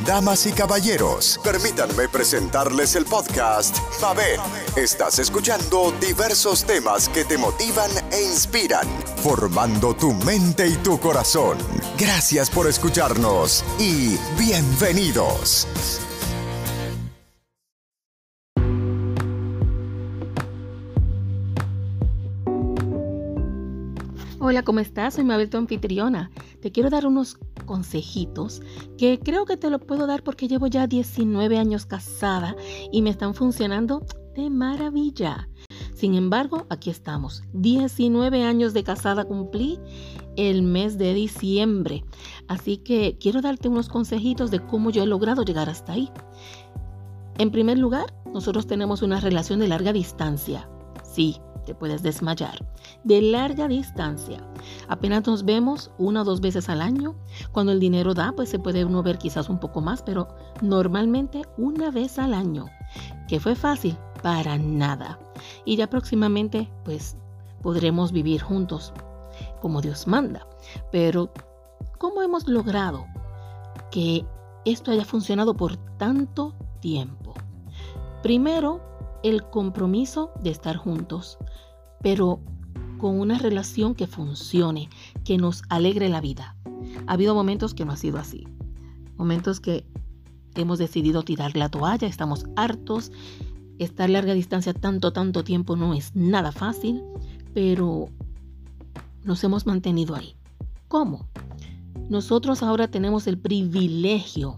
Damas y caballeros, permítanme presentarles el podcast Mabel. Estás escuchando diversos temas que te motivan e inspiran, formando tu mente y tu corazón. Gracias por escucharnos y bienvenidos. Hola, ¿cómo estás? Soy Mabel, tu anfitriona. Te quiero dar unos consejitos que creo que te los puedo dar porque llevo ya 19 años casada y me están funcionando de maravilla. Sin embargo, aquí estamos. 19 años de casada cumplí el mes de diciembre. Así que quiero darte unos consejitos de cómo yo he logrado llegar hasta ahí. En primer lugar, nosotros tenemos una relación de larga distancia. Sí, te puedes desmayar. De larga distancia. Apenas nos vemos 1 o 2 veces al año. Cuando el dinero da, pues se puede uno ver quizás un poco más, pero normalmente 1 vez al año. ¿Que fue fácil? Para nada. Y ya próximamente, pues, podremos vivir juntos como Dios manda. Pero, ¿cómo hemos logrado que esto haya funcionado por tanto tiempo? Primero, el compromiso de estar juntos, pero con una relación que funcione, que nos alegre la vida. Ha habido momentos que no ha sido así, momentos que hemos decidido tirar la toalla, estamos hartos, estar a larga distancia tanto tiempo no es nada fácil, pero nos hemos mantenido ahí. ¿Cómo? Nosotros ahora tenemos el privilegio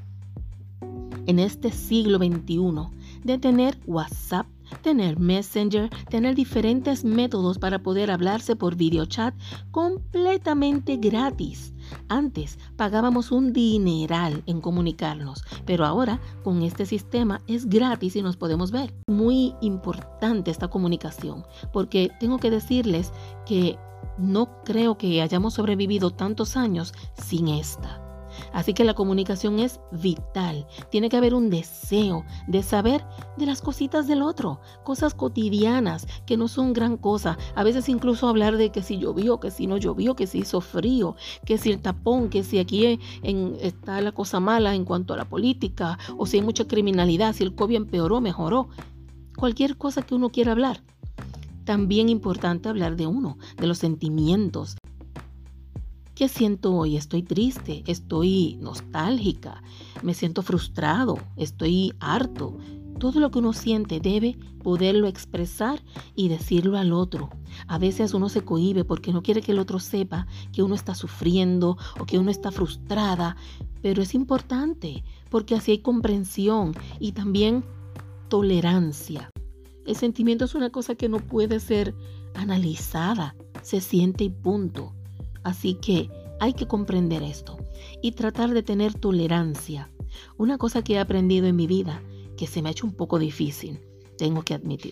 en este siglo XXI de tener WhatsApp, tener Messenger, tener diferentes métodos para poder hablarse por videochat completamente gratis. Antes pagábamos un dineral en comunicarnos, pero ahora con este sistema es gratis y nos podemos ver. Muy importante esta comunicación, porque tengo que decirles que no creo que hayamos sobrevivido tantos años sin esta. Así que la comunicación es vital. Tiene que haber un deseo de saber de las cositas del otro, cosas cotidianas que no son gran cosa. A veces incluso hablar de que si llovió, que si no llovió, que si hizo frío, que si el tapón, que si aquí está la cosa mala en cuanto a la política, o si hay mucha criminalidad, si el COVID empeoró, mejoró. Cualquier cosa que uno quiera hablar. También importante hablar de uno, de los sentimientos. ¿Qué siento hoy? Estoy triste, estoy nostálgica, me siento frustrado, estoy harto. Todo lo que uno siente debe poderlo expresar y decirlo al otro. A veces uno se cohíbe porque no quiere que el otro sepa que uno está sufriendo o que uno está frustrada, pero es importante porque así hay comprensión y también tolerancia. El sentimiento es una cosa que no puede ser analizada, se siente y punto. Así que hay que comprender esto y tratar de tener tolerancia. Una cosa que he aprendido en mi vida, que se me ha hecho un poco difícil, tengo que admitir,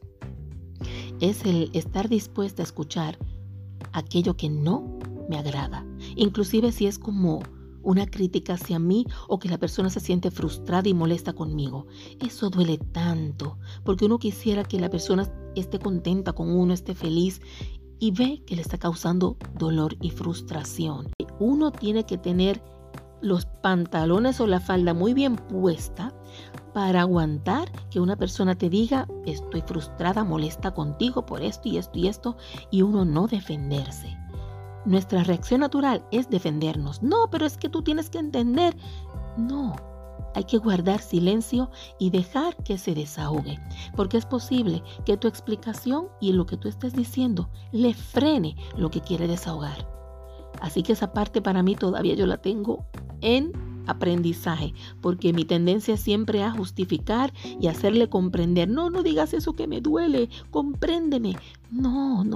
es el estar dispuesta a escuchar aquello que no me agrada. Inclusive si es como una crítica hacia mí o que la persona se siente frustrada y molesta conmigo. Eso duele tanto, porque uno quisiera que la persona esté contenta con uno, esté feliz, y ve que le está causando dolor y frustración. Uno tiene que tener los pantalones o la falda muy bien puesta para aguantar que una persona te diga: estoy frustrada, molesta contigo por esto y esto y esto, y uno no defenderse. Nuestra reacción natural es defendernos. No, pero es que tú tienes que entender. No. Hay que guardar silencio y dejar que se desahogue, porque es posible que tu explicación y lo que tú estés diciendo le frene lo que quiere desahogar. Así que esa parte para mí todavía yo la tengo en aprendizaje, porque mi tendencia es siempre a justificar y hacerle comprender. No digas eso que me duele, compréndeme. No.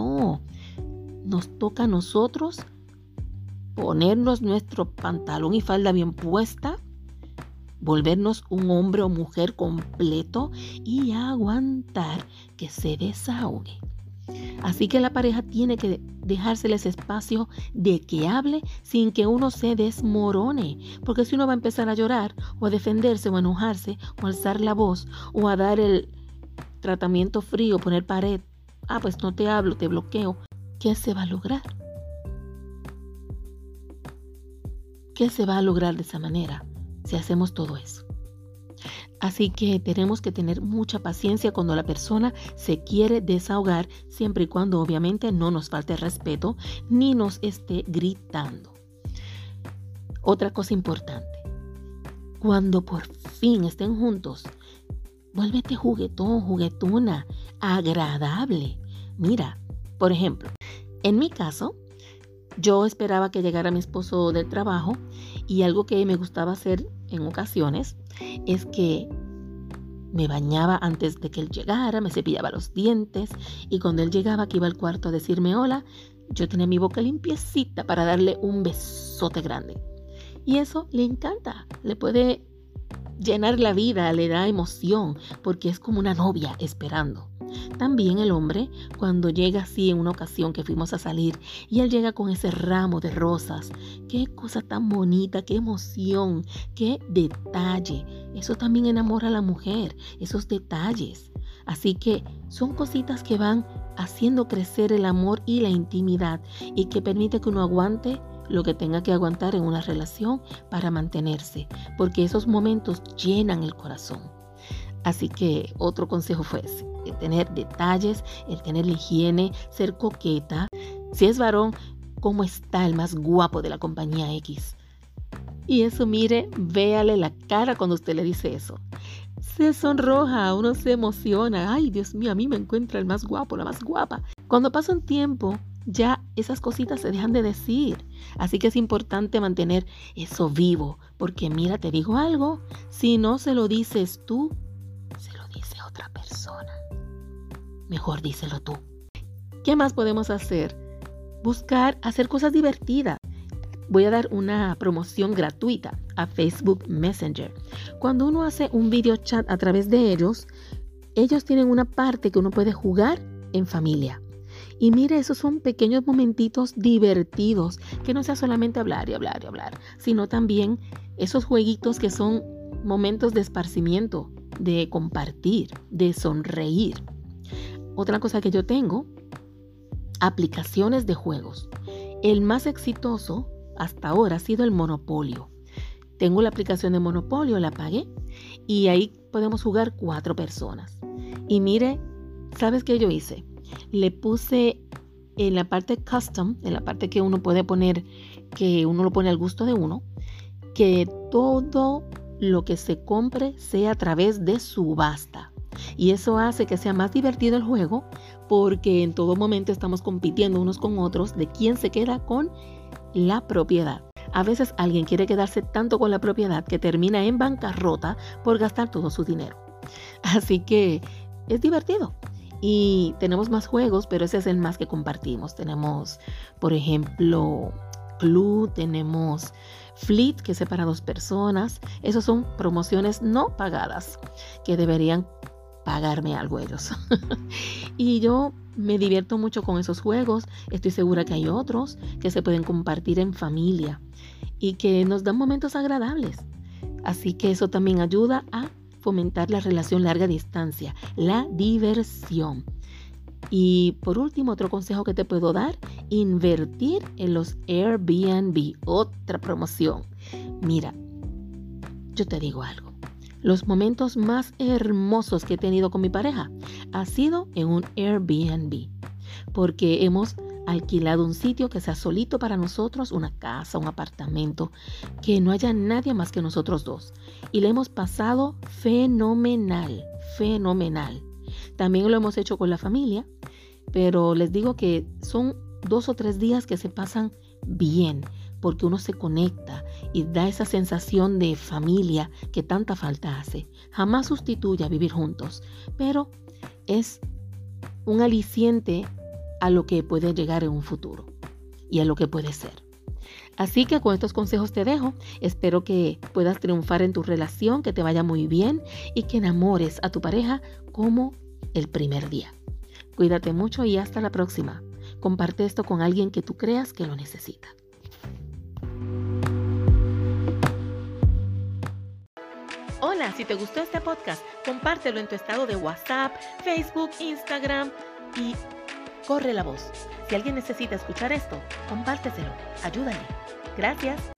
Nos toca a nosotros ponernos nuestro pantalón y falda bien puesta, volvernos un hombre o mujer completo y aguantar que se desahogue. Así que la pareja tiene que dejársele ese espacio de que hable sin que uno se desmorone. Porque si uno va a empezar a llorar o a defenderse o a enojarse o a alzar la voz o a dar el tratamiento frío, poner pared, pues no te hablo, te bloqueo, ¿qué se va a lograr? ¿Qué se va a lograr de esa manera? si hacemos todo eso. Así que tenemos que tener mucha paciencia cuando la persona se quiere desahogar, siempre y cuando obviamente no nos falte respeto ni nos esté gritando. Otra cosa importante, cuando por fin estén juntos, vuélvete juguetón, juguetona, agradable. Mira, por ejemplo, en mi caso, yo esperaba que llegara mi esposo del trabajo y algo que me gustaba hacer en ocasiones es que me bañaba antes de que él llegara, me cepillaba los dientes y cuando él llegaba, que iba al cuarto a decirme hola, yo tenía mi boca limpiecita para darle un besote grande. Y eso le encanta, le puede llenar la vida, le da emoción porque es como una novia esperando. También el hombre, cuando llega así en una ocasión que fuimos a salir y él llega con ese ramo de rosas, qué cosa tan bonita, qué emoción, qué detalle. Eso también enamora a la mujer, esos detalles. Así que son cositas que van haciendo crecer el amor y la intimidad y que permite que uno aguante lo que tenga que aguantar en una relación para mantenerse, porque esos momentos llenan el corazón. Así que otro consejo fue ese, el tener detalles, el tener la higiene, ser coqueta. Si es varón, ¿cómo está el más guapo de la compañía X? Y eso, mire, véale la cara cuando usted le dice eso. Se sonroja, uno se emociona. Ay, Dios mío, a mí me encuentra el más guapo, la más guapa. Cuando pasa un tiempo, ya esas cositas se dejan de decir. Así que es importante mantener eso vivo. Porque mira, te digo algo, si no se lo dices tú, se lo dice otra persona. Mejor díselo tú. ¿Qué más podemos hacer? Buscar hacer cosas divertidas. Voy a dar una promoción gratuita a Facebook Messenger. Cuando uno hace un video chat a través de ellos tienen una parte que uno puede jugar en familia. Y mire, esos son pequeños momentitos divertidos, que no sea solamente hablar y hablar y hablar, sino también esos jueguitos que son momentos de esparcimiento, de compartir, de sonreír. Otra cosa que yo tengo, aplicaciones de juegos. El más exitoso hasta ahora ha sido el Monopolio. Tengo la aplicación de Monopolio, la pagué y ahí podemos jugar 4 personas. Y mire, ¿sabes qué yo hice? Le puse en la parte custom, en la parte que uno puede poner, que uno lo pone al gusto de uno, que todo lo que se compre sea a través de subasta. Y eso hace que sea más divertido el juego porque en todo momento estamos compitiendo unos con otros de quién se queda con la propiedad. A veces alguien quiere quedarse tanto con la propiedad que termina en bancarrota por gastar todo su dinero. Así que es divertido. Y tenemos más juegos, pero ese es el más que compartimos. Tenemos, por ejemplo, Club, tenemos Fleet, que es para 2 personas. Esas son promociones no pagadas, que deberían pagarme algo ellos. Y yo me divierto mucho con esos juegos. Estoy segura que hay otros que se pueden compartir en familia y que nos dan momentos agradables. Así que eso también ayuda a fomentar la relación larga distancia, la diversión. Y por último, otro consejo que te puedo dar, invertir en los Airbnb, otra promoción. Mira, yo te digo algo. Los momentos más hermosos que he tenido con mi pareja ha sido en un Airbnb, porque hemos alquilado un sitio que sea solito para nosotros, una casa, un apartamento, que no haya nadie más que nosotros dos. Y le hemos pasado fenomenal, fenomenal. También lo hemos hecho con la familia, pero les digo que son 2 o 3 días que se pasan bien, porque uno se conecta y da esa sensación de familia que tanta falta hace. Jamás sustituye a vivir juntos, pero es un aliciente a lo que puede llegar en un futuro y a lo que puede ser. Así que con estos consejos te dejo. Espero que puedas triunfar en tu relación, que te vaya muy bien y que enamores a tu pareja como el primer día. Cuídate mucho y hasta la próxima. Comparte esto con alguien que tú creas que lo necesita. Hola, si te gustó este podcast, compártelo en tu estado de WhatsApp, Facebook, Instagram y corre la voz. Si alguien necesita escuchar esto, compárteselo. Ayúdale. Gracias.